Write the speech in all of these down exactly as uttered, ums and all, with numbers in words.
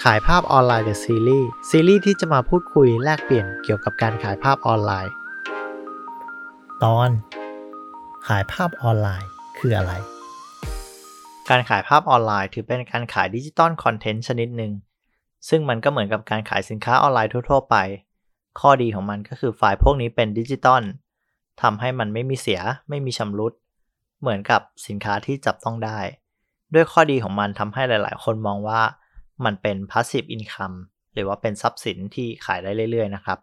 ขายภาพออนไลน์ The Series ซีรีส์ที่จะมาพูดคุยแลกเปลี่ยนเกี่ยวกับการขายภาพออนไลน์ตอนขายภาพออนไลน์คืออะไรการขายภาพออนไลน์ถือเป็นการขายดิจิตอลคอนเทนต์ชนิดหนึ่งซึ่งมันก็เหมือนกับการขายสินค้าออนไลน์ทั่วๆไปข้อดีของมันก็คือไฟล์พวกนี้เป็นดิจิตอลทำให้มันไม่มีเสียไม่มีชำรุดเหมือนกับสินค้าที่จับต้องได้ด้วยข้อดีของมันทำให้หลายๆคนมองว่ามันเป็น passive income หรือว่าเป็นทรัพย์สินที่ขายได้เรื่อยๆนะครับ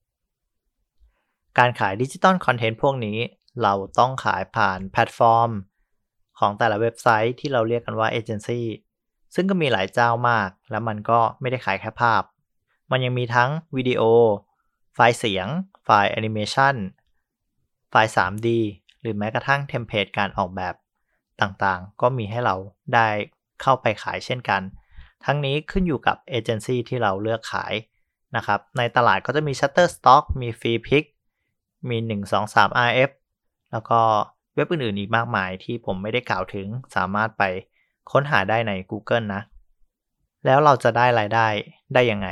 การขายดิจิตอลคอนเทนต์พวกนี้เราต้องขายผ่านแพลตฟอร์มของแต่ละเว็บไซต์ที่เราเรียกกันว่าเอเจนซี่ซึ่งก็มีหลายเจ้ามากแล้วมันก็ไม่ได้ขายแค่ภาพมันยังมีทั้งวิดีโอไฟล์เสียงไฟล์แอนิเมชันไฟล์ ทรีดี หรือแม้กระทั่งเทมเพลตการออกแบบต่างๆก็มีให้เราได้เข้าไปขายเช่นกันทั้งนี้ขึ้นอยู่กับเอเจนซี่ที่เราเลือกขายนะครับในตลาดก็จะมี Shutterstock มี Freepik มีหนึ่ง สอง สาม อาร์ เอฟ แล้วก็เว็บอื่นๆอีกมากมายที่ผมไม่ได้กล่าวถึงสามารถไปค้นหาได้ใน Google นะแล้วเราจะได้รายได้ได้ยังไง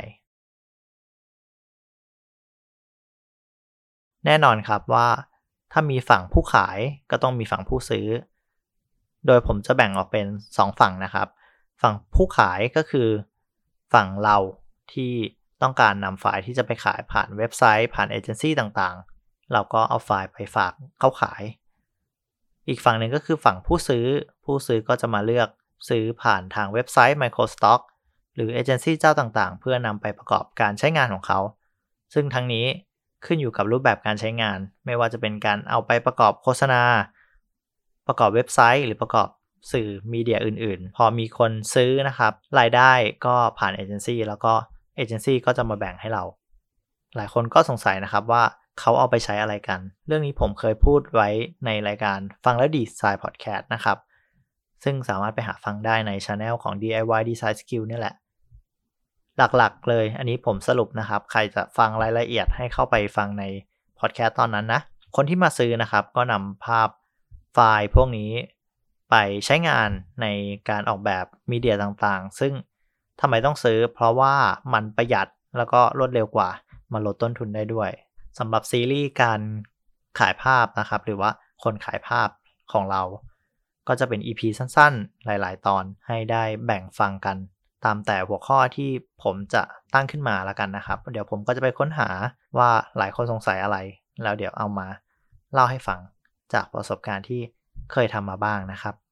แน่นอนครับว่าถ้ามีฝั่งผู้ขายก็ต้องมีฝั่งผู้ซื้อโดยผมจะแบ่งออกเป็นสองฝั่งนะครับฝั่งผู้ขายก็คือฝั่งเราที่ต้องการนำไฟล์ที่จะไปขายผ่านเว็บไซต์ผ่านเอเจนซี่ต่างๆเราก็เอาไฟล์ไปฝากเขาขายอีกฝั่งหนึ่งก็คือฝั่งผู้ซื้อผู้ซื้อก็จะมาเลือกซื้อผ่านทางเว็บไซต์ Microstock หรือเอเจนซี่เจ้าต่างๆเพื่อนำไปประกอบการใช้งานของเขาซึ่งทั้งนี้ขึ้นอยู่กับรูปแบบการใช้งานไม่ว่าจะเป็นการเอาไปประกอบโฆษณาประกอบเว็บไซต์หรือประกอบสื่อมีเดียอื่นๆพอมีคนซื้อนะครับรายได้ก็ผ่านเอเจนซี่แล้วก็เอเจนซี่ก็จะมาแบ่งให้เราหลายคนก็สงสัยนะครับว่าเขาเอาไปใช้อะไรกันเรื่องนี้ผมเคยพูดไว้ในรายการฟังแล้วดีไซน์พอดแคสต์นะครับซึ่งสามารถไปหาฟังได้ใน channel ของ ดี ไอ วาย Design Skill นี่แหละหลักๆเลยอันนี้ผมสรุปนะครับใครจะฟังรายละเอียดให้เข้าไปฟังในพอดแคสต์ตอนนั้นนะคนที่มาซื้อนะครับก็นำภาพไฟล์พวกนี้ไปใช้งานในการออกแบบมีเดียต่างๆซึ่งทำไมต้องซื้อเพราะว่ามันประหยัดแล้วก็รวดเร็วกว่ามาลดต้นทุนได้ด้วยสำหรับซีรีส์การขายภาพนะครับหรือว่าคนขายภาพของเราก็จะเป็น อี พี สั้นๆหลายๆตอนให้ได้แบ่งฟังกันตามแต่หัวข้อที่ผมจะตั้งขึ้นมาแล้วกันนะครับเดี๋ยวผมก็จะไปค้นหาว่าหลายคนสงสัยอะไรแล้วเดี๋ยวเอามาเล่าให้ฟังจากประสบการณ์ที่เคยทำมาบ้างนะครับ